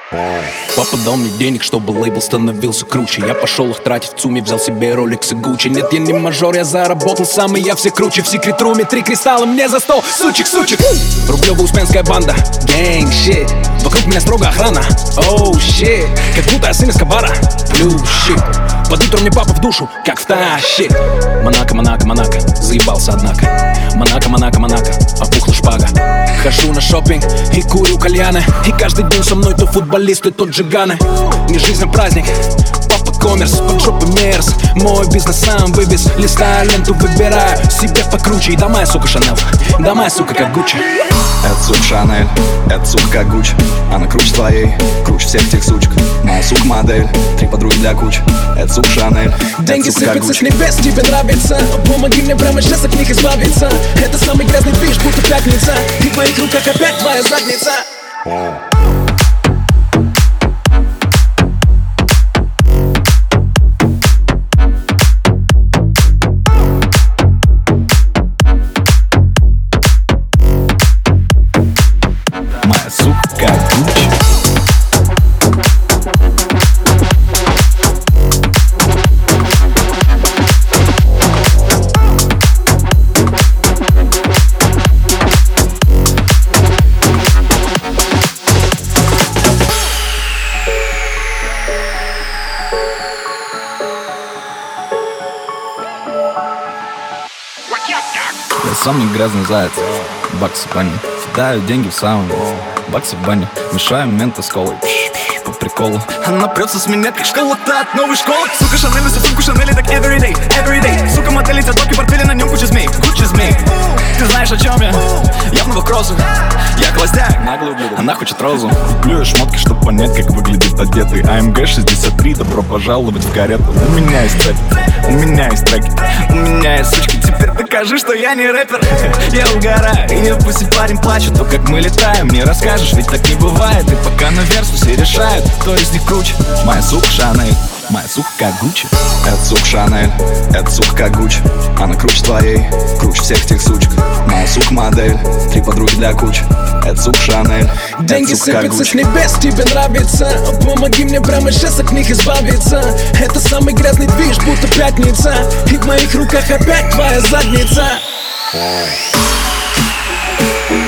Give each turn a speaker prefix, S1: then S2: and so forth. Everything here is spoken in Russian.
S1: Папа дал мне денег, чтобы лейбл становился круче. Я пошел их тратить в ЦУМе, взял себе Rolex и Gucci. Нет, я не мажор, я заработал сам, и я все круче. В секрет руме 3 кристалла мне за 100, сучек. Рублевая успенская банда, гэнг, щит. Вокруг меня строго охрана, оу, щит. Как будто я сын Эскобара, плюс, щит. Под утро мне папа в душу, как втащит. Монако, заебался однако. Монако, опухла шпага. Хожу на шопинг и курю кальяны. И каждый день со мной то футболисты, то джиганы. Не жизнь, а праздник, папа коммерс, под жопой мерз. Мой бизнес сам вывез, листаю ленту, выбираю себе покруче. И да моя сука Шанель, да моя сука как Гуччи.
S2: Это сука Шанель, это сука как Гуччи. Она круче твоей, круче всех тех сучек. Моя сука модель, 3 подруги для куч. Это сука Шанель,
S1: деньги сыпятся с небес, тебе нравится. Помоги мне прямо сейчас от них избавиться. Это самый грязный движ, будто пятница. И в моих руках опять твоя задница.
S2: Моя сука как Гуччи. Я самый грязный заяц, баксы в бане. Кидаю деньги в сауну, баксы в бане. Мешаем мента с колой, по приколу. Она прется с меня, как школа-то от новой школы. Сука Шанель, за сумку Шанели, так everyday. Сука модели, татуки, портфели, на нем куча змей, Ты знаешь, о чем я? Я в новых кроссах, я холостяк, наглый ублюдок. Она хочет розу. Плюю шмотки, чтобы понять, как выглядит одетый. АМГ 63, добро пожаловать в карету. У меня есть треки, у меня есть треки, у меня есть сучки. Теперь докажи, что я не рэпер. Я угораю, и пусть и парень плачет. То, как мы летаем, не расскажешь, ведь так не бывает. И пока на версусе решают, кто из них круче. Моя сука Шанель, моя сука как Гуччи. Это сука Шанель, это сука как Гуччи. Она круче твоей, круче всех тех сучек. Моя сука модель, 3 подруги для куч. Это сука Шанель,
S1: деньги сыпятся с небес, тебе нравится. Помоги мне прямо сейчас от них избавиться. Это самый грязный движ, будто пятница. И в моих руках опять твоя задница.